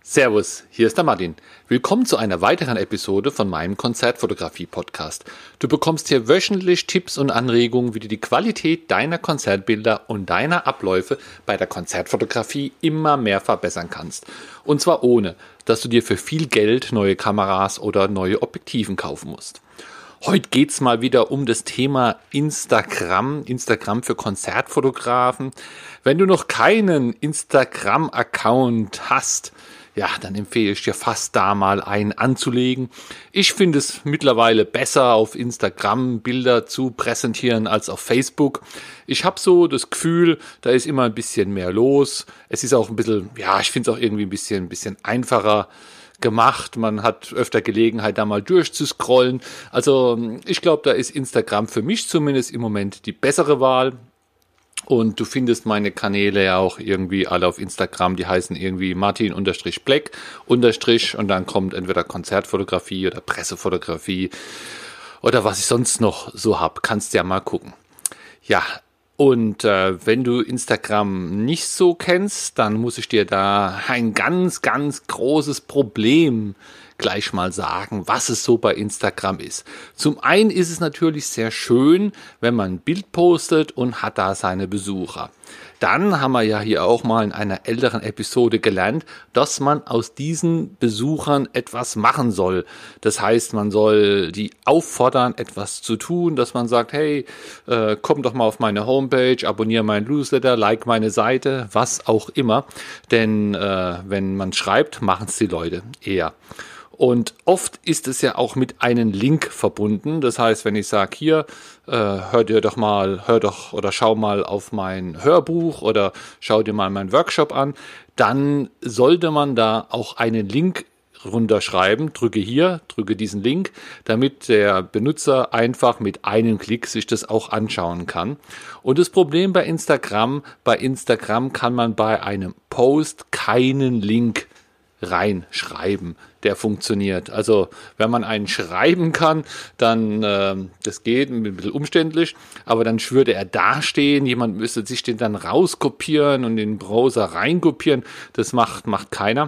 Servus, hier ist der Martin. Willkommen zu einer weiteren Episode von meinem Konzertfotografie-Podcast. Du bekommst hier wöchentlich Tipps und Anregungen, wie du die Qualität deiner Konzertbilder und deiner Abläufe bei der Konzertfotografie immer mehr verbessern kannst. Und zwar ohne, dass du dir für viel Geld neue Kameras oder neue Objektiven kaufen musst. Heute geht es mal wieder um das Thema Instagram für Konzertfotografen. Wenn du noch keinen Instagram-Account hast, ja, dann empfehle ich dir fast da mal einen anzulegen. Ich finde es mittlerweile besser, auf Instagram Bilder zu präsentieren als auf Facebook. Ich habe so das Gefühl, da ist immer ein bisschen mehr los. Es ist auch ein bisschen, ja, ich finde es auch irgendwie ein bisschen einfacher gemacht. Man hat öfter Gelegenheit, da mal durchzuscrollen. Also ich glaube, da ist Instagram für mich zumindest im Moment die bessere Wahl. Und du findest meine Kanäle ja auch irgendwie alle auf Instagram, die heißen irgendwie Martin_Black_ und dann kommt entweder Konzertfotografie oder Pressefotografie oder was ich sonst noch so habe. Kannst ja mal gucken. Ja, und wenn du Instagram nicht so kennst, dann muss ich dir da ein ganz, ganz großes Problem gleich mal sagen, was es so bei Instagram ist. Zum einen ist es natürlich sehr schön, wenn man ein Bild postet und hat da seine Besucher. Dann haben wir ja hier auch mal in einer älteren Episode gelernt, dass man aus diesen Besuchern etwas machen soll. Das heißt, man soll die auffordern, etwas zu tun, dass man sagt, hey, komm doch mal auf meine Homepage, abonniere meinen Newsletter, like meine Seite, was auch immer. Denn wenn man schreibt, machen es die Leute eher. Und oft ist es ja auch mit einem Link verbunden. Das heißt, wenn ich sage, hier, hör doch oder schau mal auf mein Hörbuch oder schau dir mal meinen Workshop an, dann sollte man da auch einen Link runterschreiben. Drücke diesen Link, damit der Benutzer einfach mit einem Klick sich das auch anschauen kann. Und das Problem bei Instagram kann man bei einem Post keinen Link reinschreiben, der funktioniert. Also wenn man einen schreiben kann, dann das geht ein bisschen umständlich, aber dann würde er dastehen, jemand müsste sich den dann rauskopieren und in den Browser reinkopieren. Das macht keiner.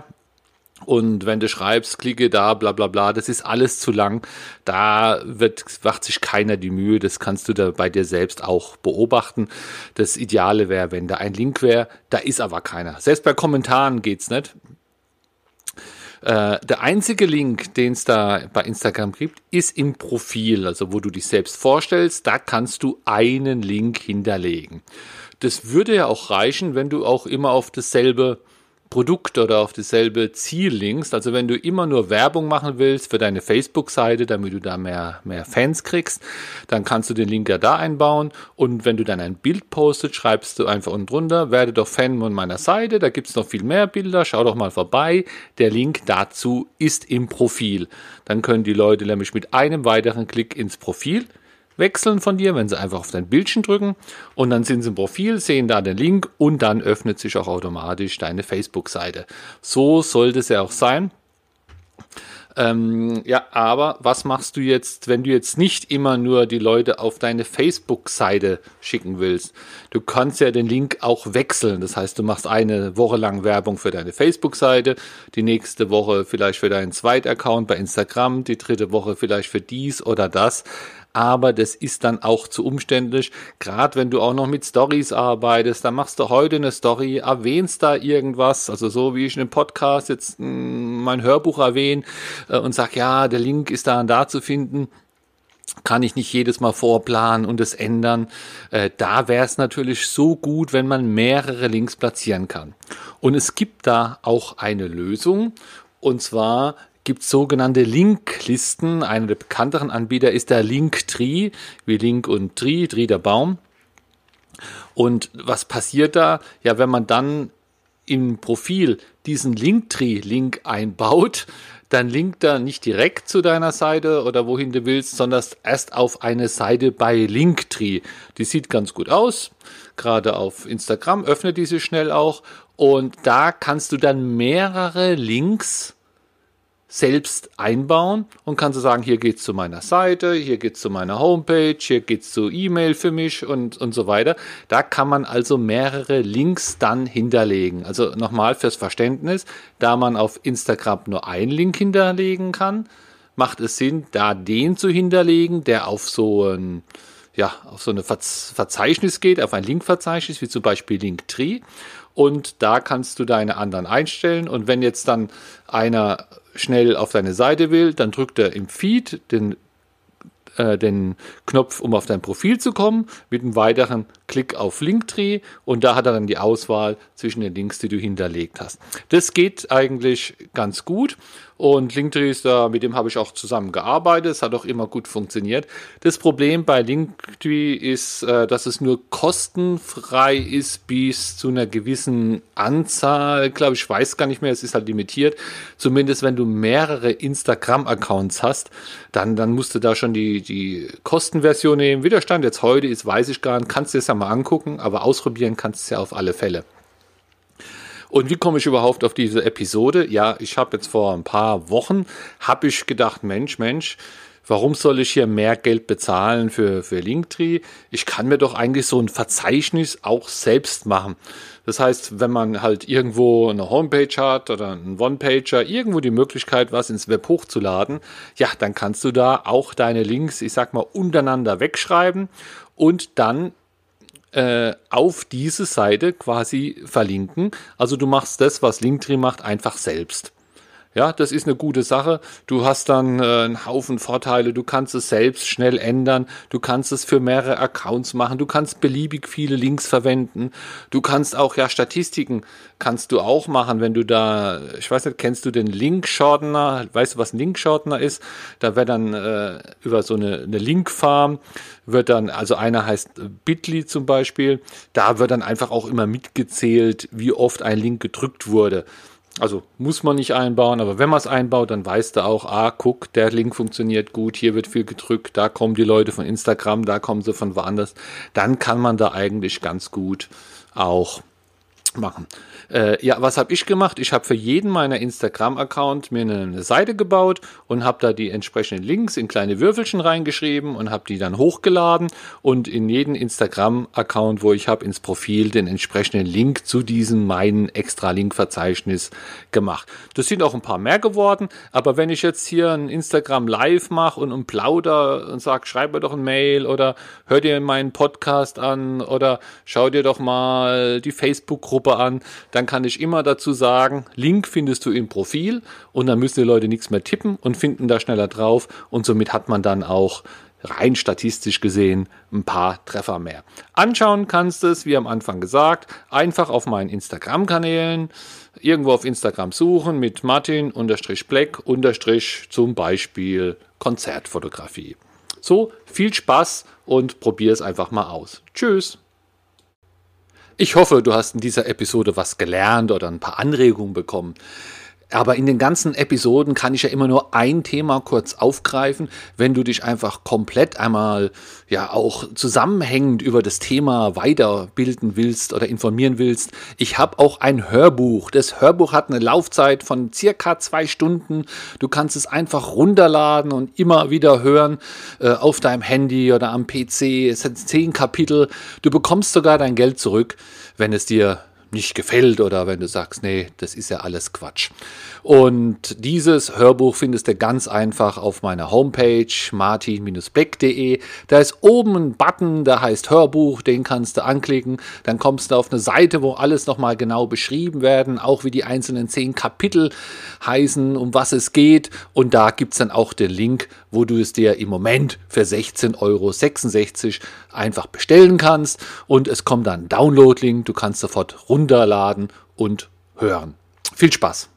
Und wenn du schreibst, klicke da, bla bla bla, das ist alles zu lang. Da macht sich keiner die Mühe, das kannst du da bei dir selbst auch beobachten. Das Ideale wäre, wenn da ein Link wäre, da ist aber keiner. Selbst bei Kommentaren geht's nicht. Der einzige Link, den es da bei Instagram gibt, ist im Profil, also wo du dich selbst vorstellst, da kannst du einen Link hinterlegen. Das würde ja auch reichen, wenn du auch immer auf dasselbe Produkt oder auf dasselbe Ziel linkst. Also wenn du immer nur Werbung machen willst für deine Facebook-Seite, damit du da mehr Fans kriegst, dann kannst du den Link ja da einbauen. Und wenn du dann ein Bild postest, schreibst du einfach unten drunter, werde doch Fan von meiner Seite, da gibt es noch viel mehr Bilder, schau doch mal vorbei. Der Link dazu ist im Profil. Dann können die Leute nämlich mit einem weiteren Klick ins Profil wechseln von dir, wenn sie einfach auf dein Bildchen drücken und dann sind sie im Profil, sehen da den Link und dann öffnet sich auch automatisch deine Facebook-Seite. So sollte es ja auch sein. Ja, aber was machst du jetzt, wenn du jetzt nicht immer nur die Leute auf deine Facebook-Seite schicken willst? Du kannst ja den Link auch wechseln. Das heißt, du machst eine Woche lang Werbung für deine Facebook-Seite, die nächste Woche vielleicht für deinen Zweit-Account bei Instagram, die dritte Woche vielleicht für dies oder das. Aber das ist dann auch zu umständlich, gerade wenn du auch noch mit Stories arbeitest, dann machst du heute eine Story, erwähnst da irgendwas, also so wie ich in einem Podcast jetzt mein Hörbuch erwähne und sag, ja, der Link ist da und da zu finden, kann ich nicht jedes Mal vorplanen und es ändern. Da wäre es natürlich so gut, wenn man mehrere Links platzieren kann. Und es gibt da auch eine Lösung, und zwar gibt es sogenannte Linklisten. Einer der bekannteren Anbieter ist der Linktree, wie Link und Tree der Baum. Und was passiert da? Ja, wenn man dann im Profil diesen Linktree-Link einbaut, dann linkt er nicht direkt zu deiner Seite oder wohin du willst, sondern erst auf eine Seite bei Linktree. Die sieht ganz gut aus, gerade auf Instagram öffnet die sich schnell auch und da kannst du dann mehrere Links selbst einbauen und kannst du sagen, hier geht's zu meiner Seite, hier geht's zu meiner Homepage, hier geht's zu E-Mail für mich und so weiter. Da kann man also mehrere Links dann hinterlegen. Also nochmal fürs Verständnis, da man auf Instagram nur einen Link hinterlegen kann, macht es Sinn, da den zu hinterlegen, der auf so ein Verzeichnis geht, auf ein Linkverzeichnis, wie zum Beispiel Linktree. Und da kannst du deine anderen einstellen. Und wenn jetzt dann einer schnell auf deine Seite will, dann drückt er im Feed den Knopf, um auf dein Profil zu kommen, mit einem weiteren Klick auf Linktree und da hat er dann die Auswahl zwischen den Links, die du hinterlegt hast. Das geht eigentlich ganz gut und Linktree ist da, mit dem habe ich auch zusammen gearbeitet, es hat auch immer gut funktioniert. Das Problem bei Linktree ist, dass es nur kostenfrei ist bis zu einer gewissen Anzahl, glaube ich, weiß gar nicht mehr, es ist halt limitiert. Zumindest wenn du mehrere Instagram-Accounts hast, dann musst du da schon die Kostenversion nehmen. Wie der Stand jetzt heute ist, weiß ich gar nicht, kannst du es ja mal angucken, aber ausprobieren kannst du es ja auf alle Fälle. Und wie komme ich überhaupt auf diese Episode? Ja, ich habe jetzt vor ein paar Wochen, habe ich gedacht, Mensch, warum soll ich hier mehr Geld bezahlen für Linktree? Ich kann mir doch eigentlich so ein Verzeichnis auch selbst machen. Das heißt, wenn man halt irgendwo eine Homepage hat oder einen One-Pager, irgendwo die Möglichkeit, was ins Web hochzuladen, ja, dann kannst du da auch deine Links, ich sag mal, untereinander wegschreiben und dann auf diese Seite quasi verlinken. Also du machst das, was Linktree macht, einfach selbst. Ja, das ist eine gute Sache. Du hast dann einen Haufen Vorteile. Du kannst es selbst schnell ändern. Du kannst es für mehrere Accounts machen. Du kannst beliebig viele Links verwenden. Du kannst auch, Statistiken kannst du auch machen, wenn du da, ich weiß nicht, kennst du den Link-Shortener? Weißt du, was ein Link-Shortener ist? Da wird dann über so eine Link-Farm wird dann, also einer heißt Bitly zum Beispiel, da wird dann einfach auch immer mitgezählt, wie oft ein Link gedrückt wurde. Also muss man nicht einbauen, aber wenn man es einbaut, dann weißt du auch, guck, der Link funktioniert gut, hier wird viel gedrückt, da kommen die Leute von Instagram, da kommen sie von woanders. Dann kann man da eigentlich ganz gut auch machen. Was habe ich gemacht? Ich habe für jeden meiner Instagram-Account mir eine Seite gebaut und habe da die entsprechenden Links in kleine Würfelchen reingeschrieben und habe die dann hochgeladen und in jeden Instagram-Account, wo ich habe, ins Profil den entsprechenden Link zu diesem meinen Extra-Link-Verzeichnis gemacht. Das sind auch ein paar mehr geworden, aber wenn ich jetzt hier ein Instagram Live mache und plauder und sage, schreib mir doch ein Mail oder hör dir meinen Podcast an oder schau dir doch mal die Facebook-Gruppe an, dann kann ich immer dazu sagen, Link findest du im Profil und dann müssen die Leute nichts mehr tippen und finden da schneller drauf und somit hat man dann auch rein statistisch gesehen ein paar Treffer mehr. Anschauen kannst du es, wie am Anfang gesagt, einfach auf meinen Instagram-Kanälen irgendwo auf Instagram suchen mit Martin_Black_ zum Beispiel Konzertfotografie. So, viel Spaß und probier es einfach mal aus. Tschüss! Ich hoffe, du hast in dieser Episode was gelernt oder ein paar Anregungen bekommen. Aber in den ganzen Episoden kann ich ja immer nur ein Thema kurz aufgreifen, wenn du dich einfach komplett einmal auch zusammenhängend über das Thema weiterbilden willst oder informieren willst. Ich habe auch ein Hörbuch. Das Hörbuch hat eine Laufzeit von circa 2 Stunden. Du kannst es einfach runterladen und immer wieder hören auf deinem Handy oder am PC. Es sind 10 Kapitel. Du bekommst sogar dein Geld zurück, wenn es dir nicht gefällt oder wenn du sagst, nee, das ist ja alles Quatsch. Und dieses Hörbuch findest du ganz einfach auf meiner Homepage martin-black.de. Da ist oben ein Button, der heißt Hörbuch, den kannst du anklicken. Dann kommst du auf eine Seite, wo alles nochmal genau beschrieben werden, auch wie die einzelnen 10 Kapitel heißen, um was es geht. Und da gibt es dann auch den Link, wo du es dir im Moment für 16,66 € einfach bestellen kannst. Und es kommt dann ein Download-Link, du kannst sofort runterladen und hören. Viel Spaß!